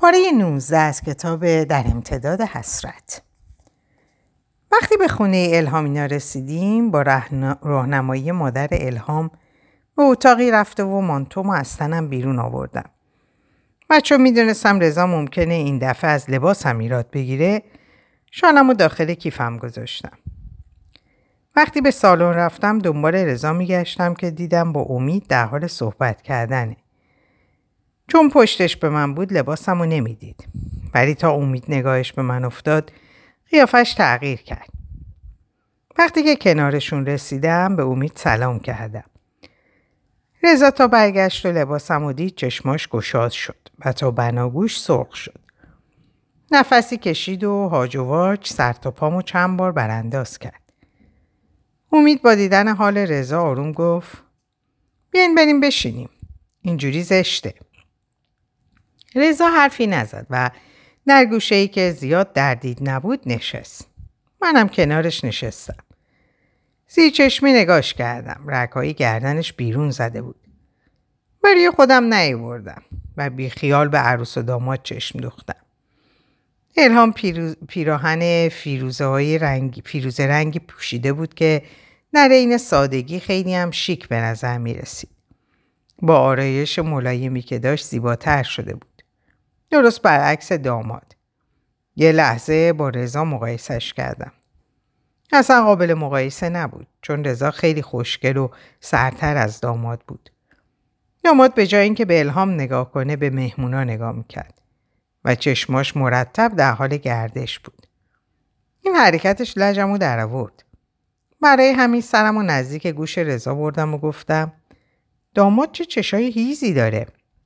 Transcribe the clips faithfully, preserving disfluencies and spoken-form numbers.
پاره نوزده از کتاب در امتداد حسرت. وقتی به خونه الهامینا رسیدیم با راهنمایی مادر الهام به اتاقی رفته و مانتومو از تنم بیرون آوردم. و چون میدونستم رضا ممکنه این دفعه از لباسم ایراد بگیره، شالمو داخل کیفم گذاشتم. وقتی به سالن رفتم دنبال رضا میگشتم که دیدم با امید در حال صحبت کردنه. چون پشتش به من بود لباسمو نمیدید. ولی تا امید نگاهش به من افتاد قیافش تغییر کرد. وقتی که کنارشون رسیدم به امید سلام کردم. رضا تا برگشت و لباسمو دید چشماش گشاد شد و تا بناگوش سرخ شد. نفسی کشید و هاج و واج سر تا پامو چند بار برانداز کرد. امید با دیدن حال رضا آروم گفت بیاین بریم بشینیم. اینجوری زشته. رضا حرفی نزد و در گوشه‌ای که زیاد دردید نبود نشست. منم کنارش نشستم. زیر چشمی نگاش کردم. رگ‌های گردنش بیرون زده بود. برای خودم نیاوردم و بی خیال به عروس و داماد چشم دوختم. الهام پیروز، پیراهن فیروزه های رنگی، فیروزه رنگی پوشیده بود که در این سادگی خیلی هم شیک به نظر می رسید. با آرایش ملایمی که داشت زیباتر شده بود. درست برعکس داماد. یه لحظه با رضا مقایسش کردم. اصلا قابل مقایسه نبود چون رضا خیلی خوشگل و سرتر از داماد بود. داماد به جای اینکه به الهام نگاه کنه به مهمونا نگاه میکرد و چشماش مرتب در حال گردش بود. این حرکتش لجمو در آورد. برای همین سرمو نزدیک گوش رضا بردم و گفتم داماد چه چشای هیزی داره.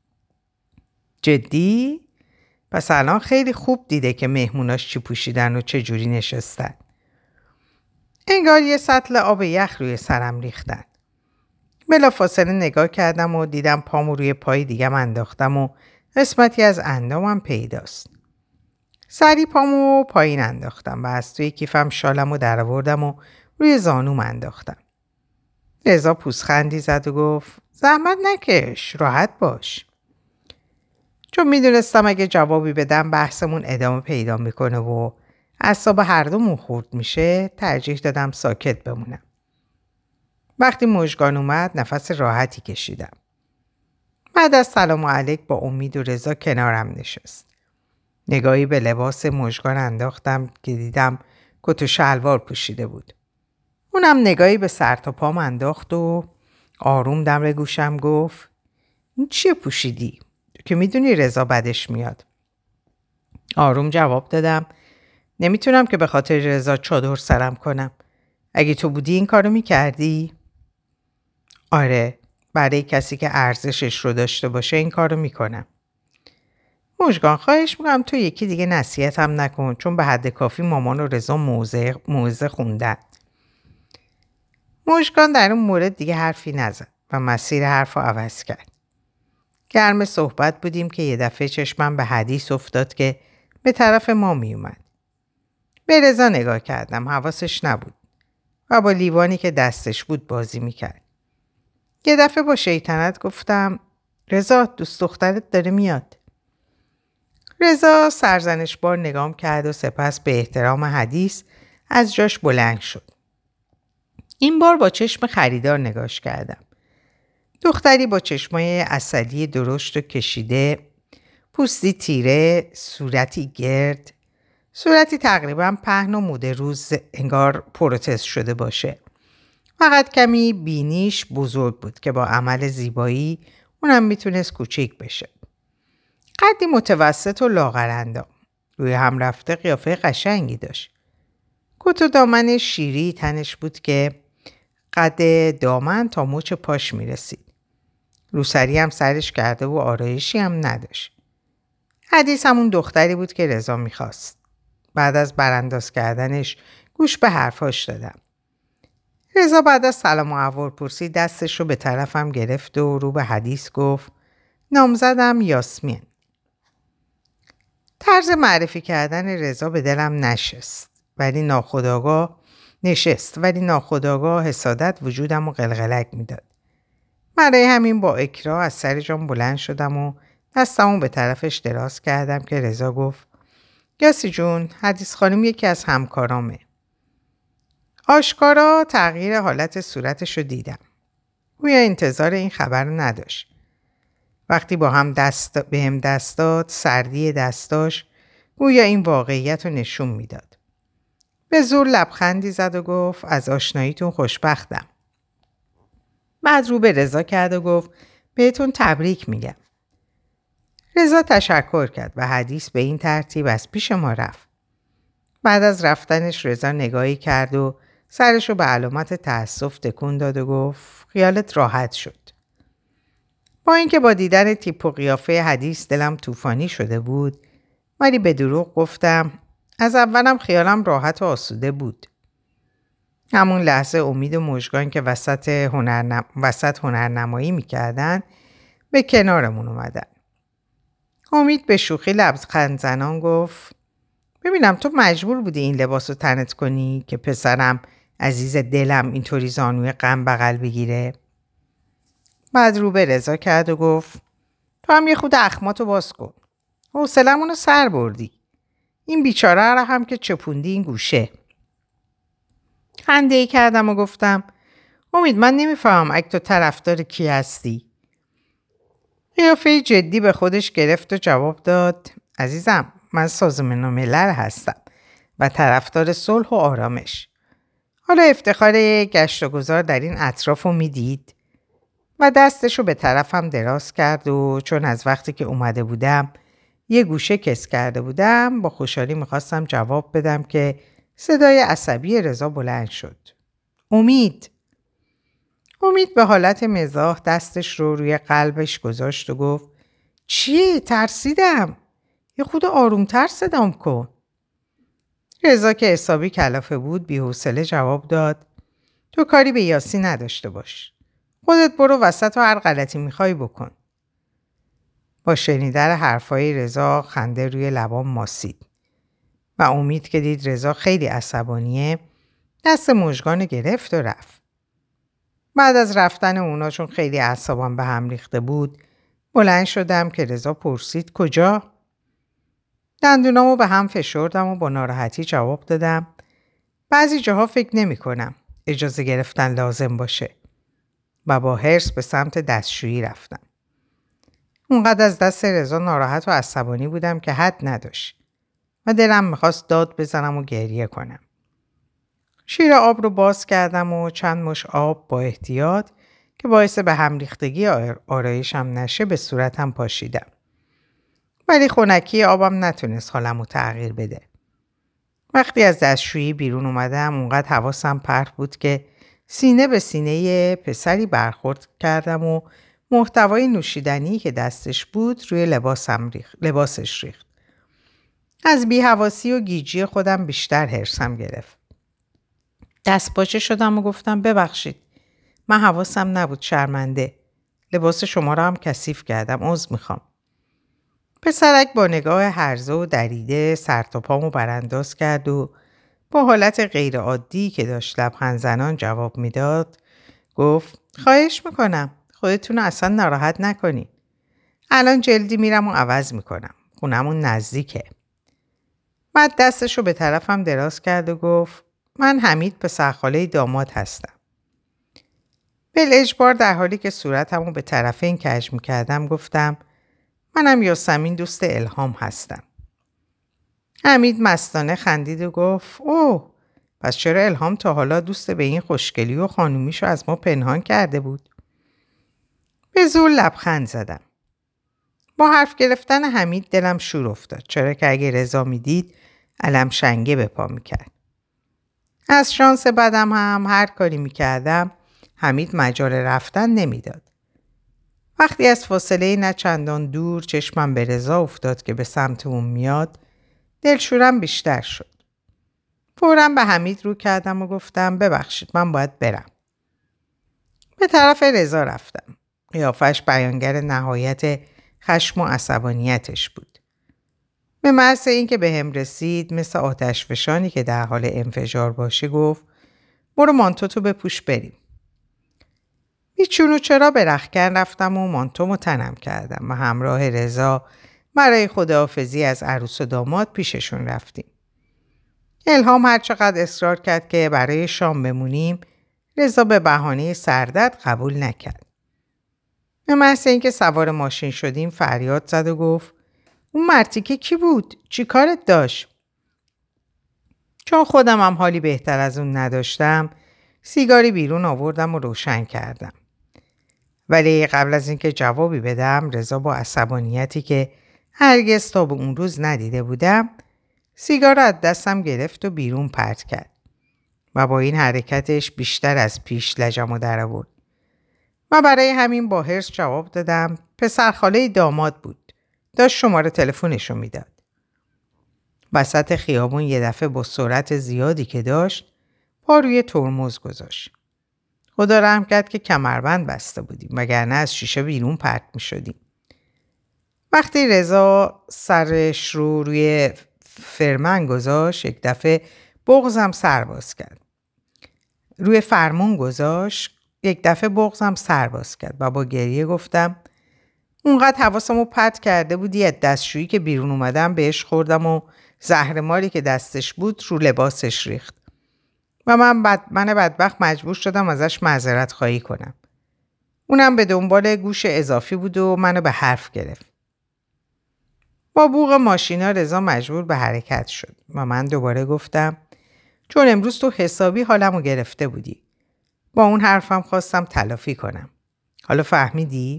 جدی؟ پس الان خیلی خوب دیده که مهموناش چی پوشیدن و چه جوری نشستن. انگار یه سطل آب یخ روی سرم ریختن. بلافاصله نگاه کردم و دیدم پامو روی پای دیگم انداختم و قسمتی از اندامم پیداست. سری پامو پایین انداختم و از توی کیفم شالمو در آوردم و روی زانوم انداختم. رضا پوزخندی زد و گفت زحمت نکش، راحت باش. چون میدونستم اگه جوابی بدم بحثمون ادامه پیدا میکنه و اعصاب هر دومون خورد میشه ترجیح دادم ساکت بمونم. وقتی مژگان اومد نفس راحتی کشیدم. بعد از سلام علیک با امید و رضا کنارم نشست. نگاهی به لباس مژگان انداختم که دیدم کت و شلوار پوشیده بود. اونم نگاهی به سر تا پام انداخت و آروم دم به گوشم گفت این چیه پوشیدی؟ که میدونی رضا بدش میاد. آروم جواب دادم نمیتونم که به خاطر رضا چادر سرم کنم. اگه تو بودی این کارو میکردی؟ آره، برای کسی که ارزشش رو داشته باشه این کارو میکنم. مژگان خواهش میکنم تو یکی دیگه نصیحتم نکن چون به حد کافی مامان و رضا موزه موزه خوندن. مژگان در اون مورد دیگه حرفی نزد و مسیر حرفو عوض کرد. گرم صحبت بودیم که یه دفعه چشمم به حدیث افتاد که به طرف ما می اومد. به رضا نگاه کردم، حواسش نبود و با لیوانی که دستش بود بازی می کرد. یه دفعه با شیطنت گفتم رضا دوست دخترت داره میاد. رضا سرزنش بار نگام کرد و سپس به احترام حدیث از جاش بلند شد. این بار با چشم خریدار نگاش کردم. دختری با چشمای عسلی درشت و کشیده، پوستی تیره، صورتی گرد، صورتی تقریبا پهن و موده روز انگار پروتز شده باشه. فقط کمی بینیش بزرگ بود که با عمل زیبایی اونم میتونست کوچیک بشه. قدی متوسط و لاغرندام. روی هم رفته قیافه قشنگی داشت. کت و دامن شیری تنش بود که قد دامن تا مچ پاش میرسید. روسری هم سرش کرده و آرایشی هم نداشت. حدیث همون دختری بود که رضا میخواست. بعد از برانداز کردنش گوش به حرفاش دادم. رضا بعد از سلام و احوال پرسی دستش رو به طرفم گرفت و رو به حدیث گفت نامزدم یاسمین. طرز معرفی کردن رضا به دلم نشست ولی ناخودآگاه نشست ولی ناخودآگاه حسادت وجودم رو قلقلک میداد. برای همین با اکراه از سر جام بلند شدم و دستمو به طرفش دراز کردم که رضا گفت یاسی جون، حدیث خانم یکی از همکارامه. آشکارا تغییر حالت صورتشو دیدم. گویا انتظار این خبر نداشت. وقتی با هم دست به هم دست داد، سردی دستاش گویا این واقعیت رو نشون میداد. به زور لبخندی زد و گفت از آشناییتون خوشبختم. بعد رو به رضا کرد و گفت بهتون تبریک میگم. رضا تشکر کرد و حدیث به این ترتیب از پیش ما رفت. بعد از رفتنش رضا نگاهی کرد و سرشو به علامت تأسف تکون داد و گفت خیالت راحت شد. با اینکه با دیدن تیپ و قیافه حدیث دلم طوفانی شده بود، ولی به دروغ گفتم از اولم خیالم راحت و آسوده بود. همون لحظه امید و مژگان که وسط هنرنم... وسط هنرنمایی میکردن به کنارمون اومدن. امید به شوخی لبخند زنان گفت ببینم تو مجبور بودی این لباسو تنت کنی که پسرم عزیز دلم اینطوری زانوی غم بغل بگیره؟ بعد رو به رضا کرد و گفت تو هم یه خود اخماتو باز کن. حوصله‌مونو سر بردی. این بیچاره را هم که چپوندی این گوشه. خنده ای کردم و گفتم امید من نمیفهم اگه تو طرفدار کی هستی. قیافه جدی به خودش گرفت و جواب داد عزیزم من سازمان ملل هستم و طرفدار صلح و آرامش. حالا افتخار گشت و گذار در این اطراف رو میدید؟ و دستشو به طرفم دراز کرد و چون از وقتی که اومده بودم یه گوشه کس کرده بودم با خوشحالی میخواستم جواب بدم که صدای عصبی رضا بلند شد. امید. امید به حالت مزاح دستش رو روی قلبش گذاشت و گفت چیه؟ ترسیدم. یه خود آرومتر صدام کن. رضا که حسابی کلافه بود بی‌حوصله جواب داد تو کاری به یاسی نداشته باش. خودت برو وسط و هر غلطی میخوای بکن. با شنیدن حرفای رضا خنده روی لبام ماسید و امید که دید رضا خیلی عصبانیه دست مژگان گرفت و رفت. بعد از رفتن اونا چون خیلی اعصابم به هم ریخته بود بلند شدم که رضا پرسید کجا؟ دندونامو به هم فشردم و با ناراحتی جواب دادم بعضی جاها فکر نمی کنم اجازه گرفتن لازم باشه و با حرص به سمت دستشویی رفتم. اونقدر از دست رضا ناراحت و عصبانی بودم که حد نداشت و دلم میخواست داد بزنم و گریه کنم. شیر آب رو باز کردم و چند مش آب با احتیاط که باعث به هم ریختگی آرایشم نشه به صورتم پاشیدم. ولی خنکی آبم نتونست حالمو تغییر بده. وقتی از دستشویی بیرون اومدم اونقدر حواسم پرت بود که سینه به سینه پسری برخورد کردم و محتوای نوشیدنی که دستش بود روی لباسم ریخ. لباسش ریخت. از بی‌حواسی و گیجی خودم بیشتر حرصم گرفت. دست پاچه شدم و گفتم ببخشید. من حواسم نبود شرمنده. لباس شما را هم کثیف کردم. عذر میخوام. پسرک با نگاه هرزه و دریده سر تا پامو برانداز کرد و با حالت غیر عادی که داشت لبخند زنان جواب میداد گفت خواهش میکنم خودتون اصلا ناراحت نکنین. الان جلدی میرم و عوض میکنم. خونمون نزدیکه. بعد دستشو به طرفم دراز کرد و گفت من حمید پسرخاله داماد هستم. بالاجبار در حالی که صورتمو به طرف این کج میکردم گفتم منم یاسمین دوست الهام هستم. حمید مستانه خندید و گفت اوه پس چرا الهام تا حالا دوست به این خوشگلی و خانومیشو از ما پنهان کرده بود؟ به زور لبخند زدم. با حرف گرفتن حمید دلم شور افتاد چرا که اگه رضا میدید علم شنگه به پا میکرد. از شانس بدم هم هر کاری میکردم حمید مجال رفتن نمیداد. وقتی از فاصله نه چندان دور چشمم به رضا افتاد که به سمت اون میاد دلشورم بیشتر شد. فوراً به حمید رو کردم و گفتم ببخشید من باید برم. به طرف رضا رفتم. قیافش بیانگر نهایت خشم و عصبانیتش بود. به محض اینکه به هم رسید مثل آتش فشانی که در حال انفجار باشه گفت برو مانتوتو بپوش بریم. بیچون و چرا به رختکن رفتم و مانتومو تنم کردم و همراه رضا برای خداحافظی از عروس و داماد پیششون رفتیم. الهام هر چقدر اصرار کرد که برای شام بمونیم، رضا به بهانه سردرد قبول نکرد. به محض اینکه سوار ماشین شدیم فریاد زد و گفت اون مرتیکه کی بود؟ چی کارت داشت؟ چون خودم هم حالی بهتر از اون نداشتم، سیگاری بیرون آوردم و روشن کردم. ولی قبل از اینکه جوابی بدم، رضا با عصبانیتی که هرگز تا به اون روز ندیده بودم، سیگار از دستم گرفت و بیرون پرت کرد و با این حرکتش بیشتر از پیش لجمو در آورد. و برای همین با حرص جواب دادم پسرخاله داماد بود. داشت شماره تلفنشو میداد. وسط خیابون یه دفعه با سرعت زیادی که داشت پا روی ترمز گذاشت. خدا رحم کرد که کمربند بسته بودیم وگرنه از شیشه بیرون پرت می شدیم. وقتی رضا سرش رو روی فرمون گذاشت یک دفعه بغضم سر باز کرد. روی فرمون گذاشت یک دفعه بغضم سر باز کرد و با گریه گفتم اونقدر حواسمو پرت کرده بودی از دستشویی که بیرون اومدم بهش خوردم و زهرماری که دستش بود رو لباسش ریخت و من بد من بدبخت مجبور شدم ازش معذرت خواهی کنم. اونم به دنبال گوش اضافی بود و منو به حرف گرفت. با بوق ماشینا رضا مجبور به حرکت شد و من دوباره گفتم چون امروز تو حسابی حالمو گرفته بودی. با اون حرفم خواستم تلافی کنم. حالا فهمیدی؟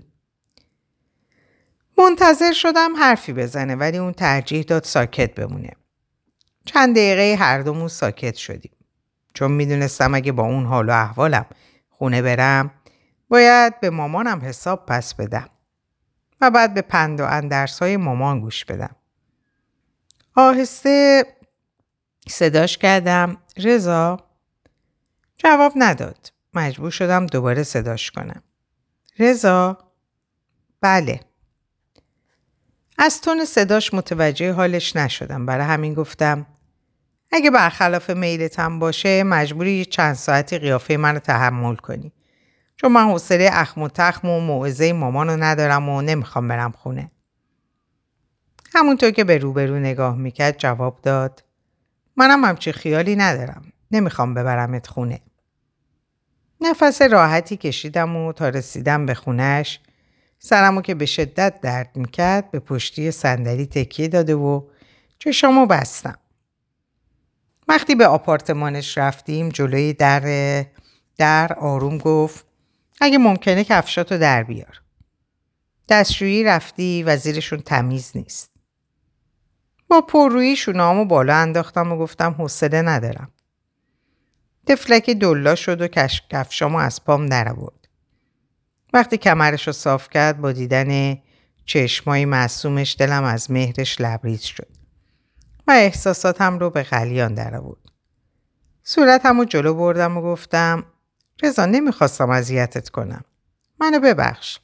منتظر شدم حرفی بزنه ولی اون ترجیح داد ساکت بمونه. چند دقیقه هر دومون ساکت شدیم. چون میدونستم اگه با اون حال و احوالم خونه برم باید به مامانم حساب پس بدم و بعد به پند و اندرس‌های مامان گوش بدم. آهسته صداش کردم رضا. جواب نداد. مجبور شدم دوباره صداش کنم. رضا؟ بله. از تون صداش متوجه حالش نشدم. برای همین گفتم اگه برخلاف میلت هم باشه مجبوری چند ساعتی قیافه منو تحمل کنی. چون من حوصله اخم و تخم و موعظه مامانو ندارم و نمیخوام برم خونه. همونطور که به روبرو نگاه میکرد جواب داد منم همچین خیالی ندارم. نمیخوام ببرمت خونه. نفس راحتی کشیدم و تا رسیدم به خونش سرمو که به شدت درد میکرد به پشتی صندلی تکیه داده و چشامو بستم. وقتی به آپارتمانش رفتیم جلوی در در آروم گفت اگه ممکنه کفشاتو در بیار. دستشویی رفتی و زیرشون تمیز نیست. با پررویی شونه‌هامو بالا انداختم و گفتم حوصله ندارم. تفلکی دلا شد و کفشامو از پام در آورد. وقتی کمرشو صاف کرد با دیدن چشمای معصومش دلم از مهرش لبریز شد و احساساتم رو به غلیان در آورد. صورتمو جلو بردم و گفتم رضا نمیخواستم اذیتت کنم. منو ببخش.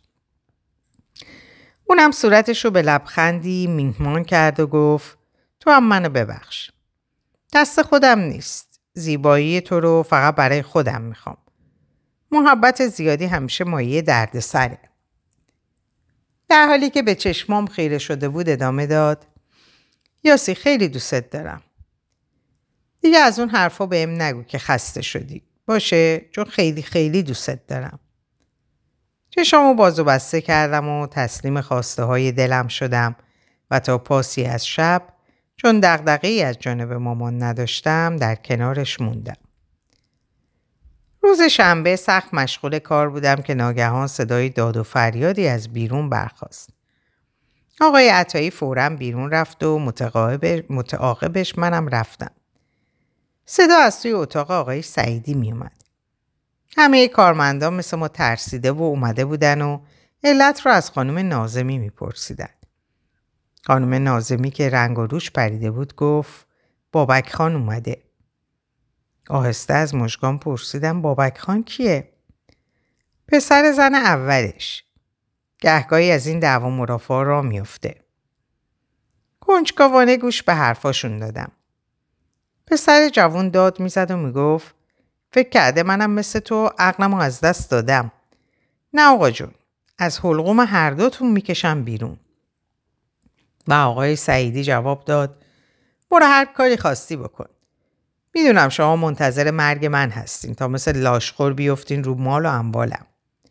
اونم صورتشو به لبخندی میهمان کرد و گفت تو هم منو ببخش. دست خودم نیست. زیبایی تو رو فقط برای خودم میخوام. محبت زیادی همیشه مایه درد سره. در حالی که به چشمام خیره شده بود ادامه داد یاسی خیلی دوست دارم. دیگه از اون حرفا بهم نگو که خسته شدی. باشه چون خیلی خیلی دوست دارم. چشامو باز و بسته کردم و تسلیم خواسته های دلم شدم و تا پاسی از شب چون دغدغه‌ای از جانب مامان نداشتم در کنارش موندم. روز شنبه سخت مشغول کار بودم که ناگهان صدای داد و فریادی از بیرون برخاست. آقای عطایی فوراً بیرون رفت و متعاقبش منم رفتم. صدا از توی اتاق آقای سعیدی می اومد. همه کارمندان مثل ما ترسیده و اومده بودن و علت رو از خانم ناظمی می پرسیدن. خانم ناظمی که رنگ و روش پریده بود گفت بابک خان اومده. آهسته از مژگان پرسیدم بابک خان کیه؟ پسر زن اولش. گهگاهی از این دعوا مرافعا را میفته. کنجکاوانه گوش به حرفاشون دادم. پسر جوان داد میزد و میگفت فکر کرده منم مثل تو عقلمو از دست دادم. نه آقا جون، از حلقوم هر دوتون میکشم بیرون. و آقای سعیدی جواب داد برو هر کاری خواستی بکن. میدونم شما منتظر مرگ من هستین تا مثل لاشخور بیفتین رو مال و اموالم.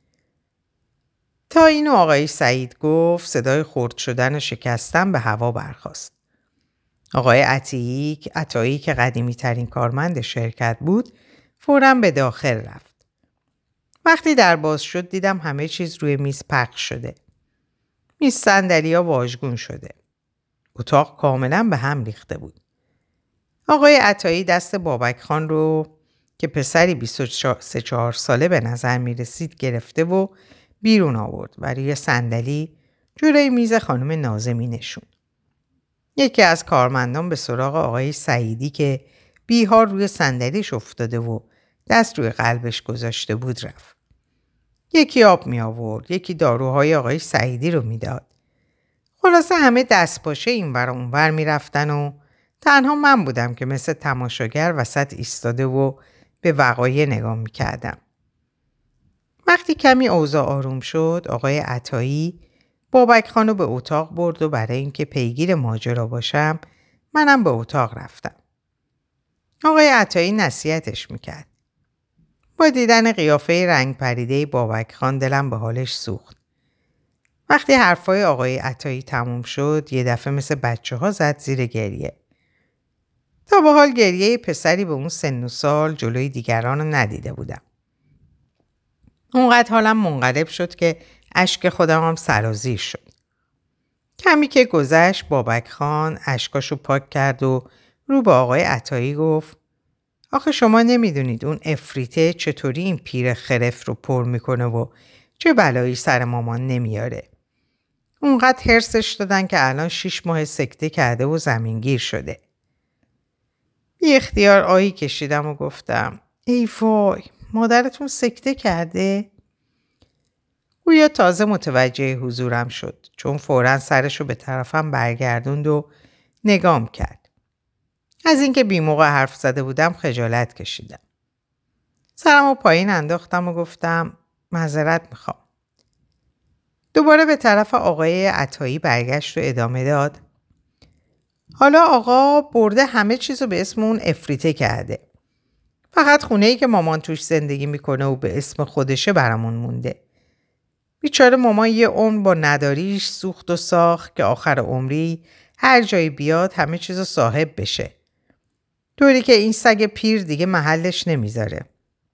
تا اینو آقای سعید گفت صدای خرد شدن و شکستن به هوا برخاست. آقای عطایی عطایی که قدیمی ترین کارمند شرکت بود فوراً به داخل رفت. وقتی در باز شد دیدم همه چیز روی میز پخش شده. میز صندلی‌ها واژگون شده. اتاق کاملاً به هم ریخته بود. آقای عطایی دست بابک خان رو که پسری بیست و سه چهار ساله به نظر می رسید گرفته و بیرون آورد و روی صندلی جلوی میز خانم ناظمی نشون. یکی از کارمندان به سراغ آقای سعیدی که بیحال روی صندلیش افتاده و دست روی قلبش گذاشته بود رفت. یکی آب می آورد، یکی داروهای آقای سعیدی رو می داد. خلاصه همه دست پاشه این ور اون ور می رفتن و تنها من بودم که مثل تماشاگر وسط ایستاده و به وقایع نگاه می کردم. وقتی کمی اوضاع آروم شد آقای عطایی بابک خانو به اتاق برد و برای اینکه پیگیر ماجرا باشم منم به اتاق رفتم. آقای عطایی نصیحتش میکرد. با دیدن قیافه رنگ پریده بابک خان دلم به حالش سوخت. وقتی حرفای آقای عطایی تموم شد یه دفعه مثل بچه ها زد زیر گریه. تا به حال گریه پسری به اون سن و سال جلوی دیگران رو ندیده بودم. اونقدر حالم منقلب شد که اشک خودم هم سرازیر شد. کمی که گذشت بابک خان اشکاشو پاک کرد و رو به آقای عطایی گفت آخه شما نمیدونید اون افریته چطوری این پیر خرف رو پر میکنه و چه بلایی سر مامان نمیاره. اونقدر هرسش دادن که الان شیش ماه سکته کرده و زمینگیر شده. بی اختیار آهی کشیدم و گفتم ای وای مادرتون سکته کرده؟ گویا تازه متوجه حضورم شد چون فوراً سرشو به طرفم برگردوند و نگام کرد. از اینکه بی موقع حرف زده بودم خجالت کشیدم. سرمو پایین انداختم و گفتم معذرت میخوام. دوباره به طرف آقای عطایی برگشت و ادامه داد. حالا آقا برده همه چیزو به اسم اون افریته کرده. فقط خونه‌ای که مامان توش زندگی میکنه و به اسم خودشه برامون مونده. بیچاره مامان یه عمر با نداریش سوخت و ساخت که آخر عمری هر جایی بیاد همه چیزو صاحب بشه. طوری که این سگ پیر دیگه محلش نمیذاره.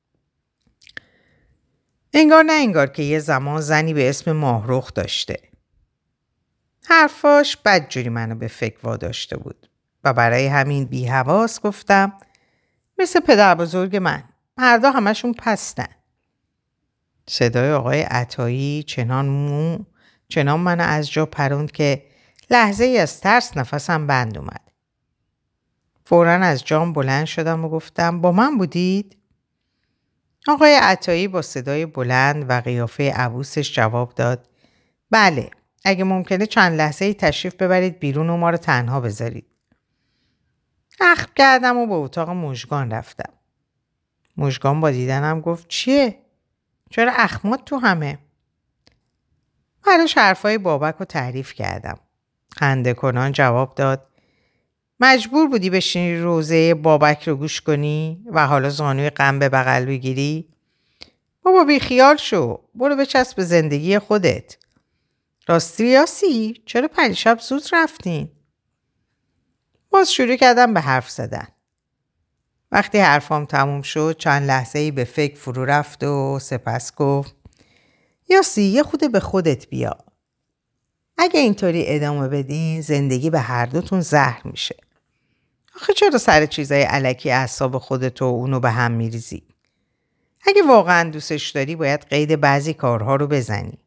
انگار نه انگار که یه زمان زنی به اسم ماهرخ داشته. حرفاش بدجوری منو به فکر واداشته بود و برای همین بی حواس گفتم مثل پدر بزرگ من مردا همشون پستن. صدای آقای عطایی چنان مو چنان منو از جا پروند که لحظه ای از ترس نفسم بند اومد. فوراً از جام بلند شدم و گفتم با من بودید؟ آقای عطایی با صدای بلند و قیافه عبوسش جواب داد بله، اگه ممکنه چند لحظه ای تشریف ببرید بیرون و ما رو تنها بذارید. اخم کردم و به اتاق مژگان رفتم. مژگان با دیدنم گفت چیه؟ چرا اخمات تو همه؟ براش حرفای بابک رو تعریف کردم. خنده کنان جواب داد مجبور بودی بشینی روزه بابک رو گوش کنی و حالا زانوی غم به بغل بگیری؟ بابا بی خیال شو، برو بچسب به زندگی خودت. راستی یاسی چرا پریشب زود رفتین؟ باز شروع کردم به حرف زدن. وقتی حرفام تموم شد چند لحظه ای به فکر فرو رفت و سپس گفت یاسی یه خود به خودت بیا. اگه اینطوری ادامه بدین زندگی به هر دوتون زهر میشه. آخه چرا سر چیزای الکی اعصاب خودت و اونو به هم میریزی؟ اگه واقعا دوستش داری باید قید بعضی کارها رو بزنی.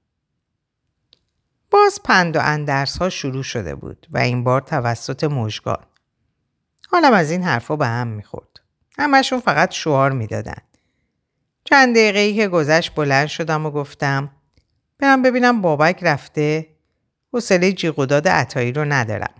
باز پند و اندرس ها شروع شده بود و این بار توسط مژگان. حالم از این حرفا به هم میخورد. همشون فقط شعار میدادن. چند دقیقه‌ای که گذشت بلند شدم و گفتم برم ببینم بابک رفته. حوصله جیغ و داد عطایی رو ندارم.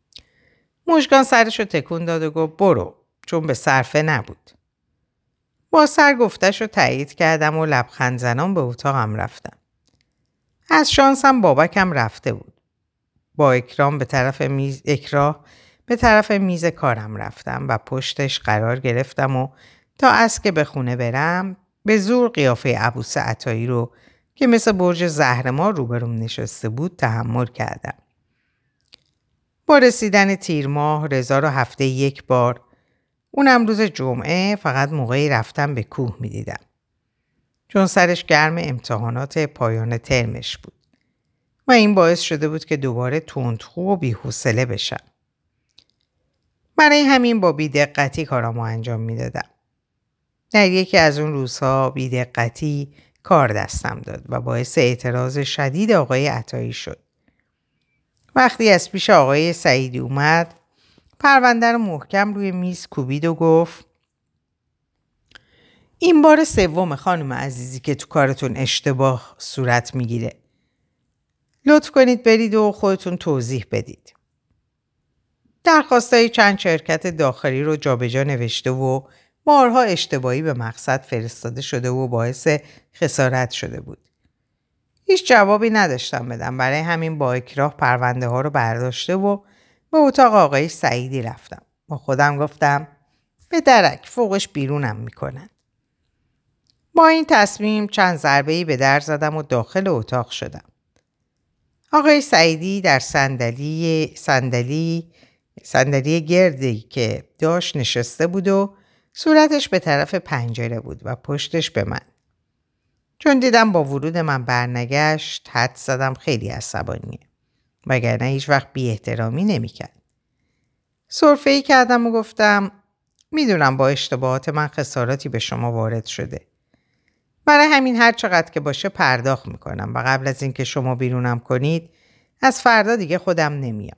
مژگان سرشو تکون داد و گفت برو، چون به صرفه نبود. با سر گفتش رو تایید کردم و لبخند زنان به اتاقم رفتم. از شانسم بابکم رفته بود. با اکرام به طرف میز اکراه به طرف میز کارم رفتم و پشتش قرار گرفتم و تا از که به خونه برم به زور قیافه عبوس عطایی رو که مثل برج زهرمار روبروم نشسته بود تحمل کردم. با رسیدن تیر ماه رضا رو هفته یک بار، اونم روز جمعه، فقط موقعی رفتم به کوه می دیدم. چون سرش گرم امتحانات پایان ترمش بود و این باعث شده بود که دوباره تندخو و بی‌حوصله بشم. برای همین با بی‌دقتی کارامو انجام می دادم. در یکی از اون روزها بی‌دقتی کار دستم داد و باعث اعتراض شدید آقای عطایی شد. وقتی از پیش آقای سعیدی اومد، پرونده رو محکم روی میز کوبید و گفت: این بار سوم خانم عزیزی که تو کارتون اشتباه صورت میگیره. لطف کنید برید و خودتون توضیح بدید. درخواستای چند شرکت داخلی رو جابجا نوشته و بارها اشتباهی به مقصد فرستاده شده و باعث خسارت شده بود. هیچ جوابی نداشتم بدم، برای همین با اکراه پرونده ها رو برداشته و به اتاق آقای سعیدی رفتم. با خودم گفتم به درک فوقش بیرونم میکنن. با این تصمیم چند ضربه‌ای به در زدم و داخل اتاق شدم. آقای سعیدی در صندلی صندلی صندلی گردی که داشت نشسته بود و صورتش به طرف پنجره بود و پشتش به من. چون دیدم با ورود من برنگشت، حد زدم خیلی عصبانیه. وگرنه هیچ وقت بی احترامی نمی کرد. سرفه‌ای کردم و گفتم میدونم با اشتباهات من خساراتی به شما وارد شده. برای همین هر چقدر که باشه پرداخت میکنم و قبل از اینکه شما بیرونم کنید از فردا دیگه خودم نمیام.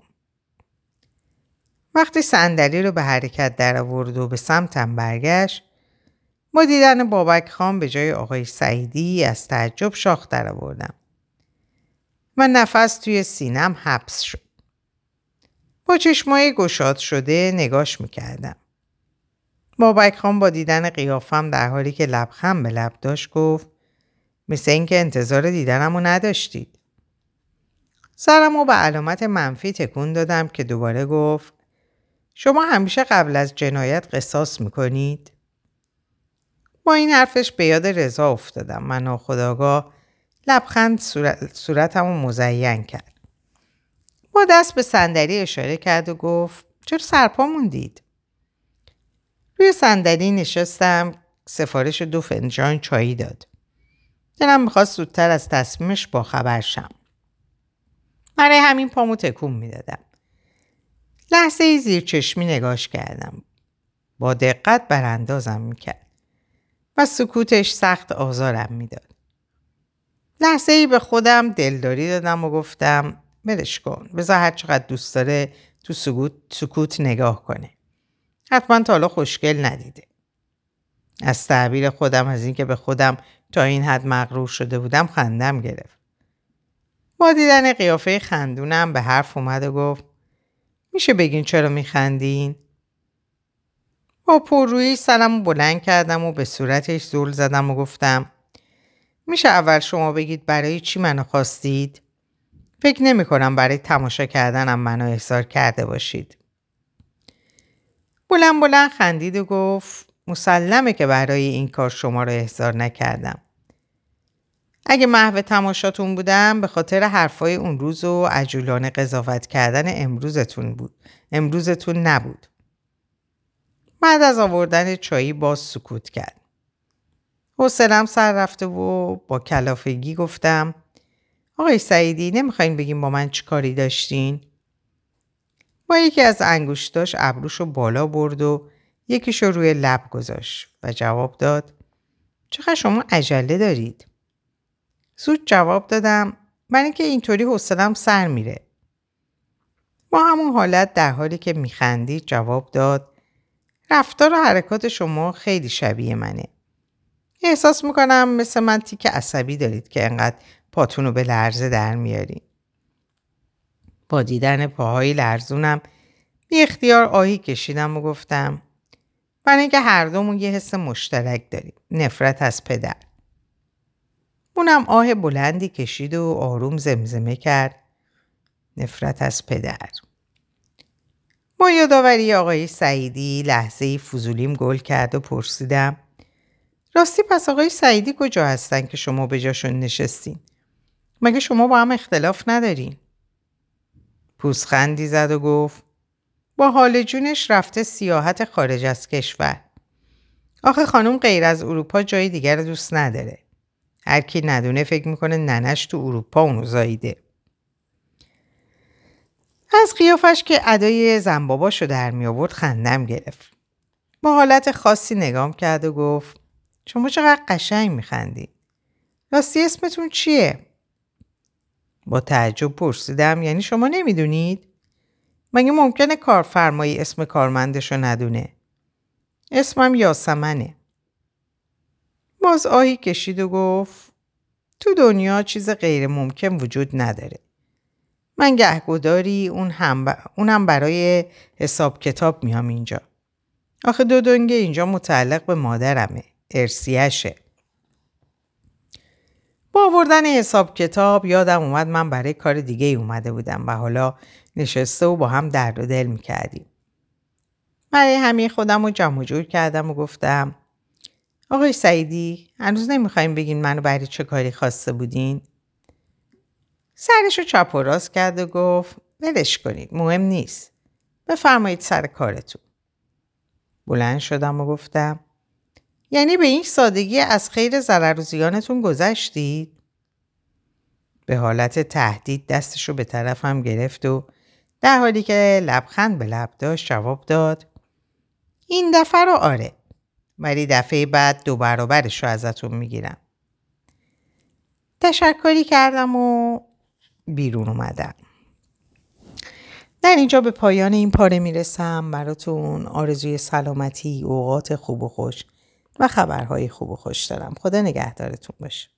وقتی صندلی رو به حرکت در آورد و به سمتم برگشت، با دیدن بابک خان به جای آقای سعیدی از تعجب شاخ در آوردم و نفس توی سینم حبس شد. با چشمای گشاد شده نگاش میکردم. بابک خان با دیدن قیافم در حالی که لبخند به لب داشت گفت مثل این که انتظار دیدنمو نداشتید. سرمو به علامت منفی تکون دادم که دوباره گفت شما همیشه قبل از جنایت قصاص میکنید؟ با این حرفش به یاد رضا افتادم. من ناخودآگاه لبخند صورت صورتمو مزین کرد. با دست به صندلی اشاره کرد و گفت چرا سرپا موندید؟ روی صندلی نشستم. سفارش دو فنجان چایی داد. دلم میخواست زودتر از تصمیمش باخبر شم. برای همین پامو تکون میدادم. لحظه ای زیر چشمی نگاش کردم. با دقت براندازم میکرد و سکوتش سخت آزارم میداد. لحظه ای به خودم دلداری دادم و گفتم ولش کن، بذار هر چقدر دوست داره تو سکوت, سکوت نگاه کنه. حتما تا حالا خوشگل ندیده. از تعبیر خودم، از اینکه به خودم تا این حد مغرور شده بودم، خندم گرفت. با دیدن قیافه خندونم به حرف اومد و گفت میشه بگین چرا میخندین؟ با پررویی سرمو بلند کردم و به صورتش زل زدم و گفتم میشه اول شما بگید برای چی منو خواستید؟ فکر نمی کنم برای تماشا کردنم منو احضار کرده باشید. بلند بلند خندید و گفت مسلمه که برای این کار شما رو احضار نکردم. اگه محو تماشاتون بودم به خاطر حرفای اون روز و عجولانه قضاوت کردن امروزتون بود. امروزتون نبود. بعد از آوردن چایی باز سکوت کرد. حوصله‌ام سر رفته و با کلافگی گفتم آقای سعیدی نمیخواین بگیم با من چی کاری داشتین؟ با یکی از انگشتاش ابروشو بالا برد و یکیشو روی لب گذاشت و جواب داد چقدر شما عجله دارید؟ زود جواب دادم من اینکه اینطوری حوصله‌ام سر میره. با همون حالت در حالی که میخندید جواب داد رفتار و حرکات شما خیلی شبیه منه. احساس میکنم مثل من تیک عصبی دارید که انقدر پاتونو به لرزه در میارین. با دیدن پاهای لرزونم بی اختیار آهی کشیدم و گفتم برای اینکه هر دومون یه حس مشترک داریم. نفرت از پدر. اونم آه بلندی کشید و آروم زمزمه کرد. نفرت از پدر. با یادآوری آقای سعیدی لحظه‌ای فضولیم گل کرد و پرسیدم راستی پس آقای سعیدی کجا هستن که شما به جاشون نشستین؟ مگه شما با هم اختلاف ندارین؟ پوزخندی زد و گفت با حال جونش رفته سیاحت خارج از کشور. آخه خانم غیر از اروپا جای دیگر دوست نداره. هر کی ندونه فکر میکنه ننش تو اروپا اونو زاییده. از قیافش که ادای زنباباشو در می آورد خندم گرفت. با حالت خاصی نگام کرد و گفت شما چقدر قشنگ میخندی. راستی اسمتون چیه؟ با تعجب پرسیدم یعنی شما نمیدونید؟ مگه ممکنه کارفرمایی اسم کارمندشو ندونه؟ اسمم یاسمنه. باز آهی کشید و گفت تو دنیا چیز غیر ممکن وجود نداره. من گهگداری اون هم ب... اونم برای حساب کتاب میام اینجا. آخه دو دنگه اینجا متعلق به مادرمه. ارسیشه. با آوردن حساب کتاب یادم اومد من برای کار دیگه ای اومده بودم و حالا نشسته و با هم درد و دل میکردیم. برای همین خودم رو جمع جور کردم و گفتم آقای سعیدی هنوز نمیخوایم بگین منو برای چه کاری خواسته بودین؟ سرشو چپ و راست کرد و گفت ولش کنید مهم نیست. بفرمایید سر کارتون. بلند شدم و گفتم یعنی به این سادگی از خیر ضرر و زیانتون گذشتید؟ به حالت تهدید دستشو به طرفم گرفت و در حالی که لبخند به لب داشت جواب داد این دفعه رو آره ولی دفعه بعد دو برابرش رو ازتون میگیرم. تشکری کردم و بیرون اومدم. در اینجا به پایان این پاره میرسم. براتون آرزوی سلامتی، اوقات خوب و خوش و خبرهای خوب و خوش دارم. خدا نگهدارتون باشه.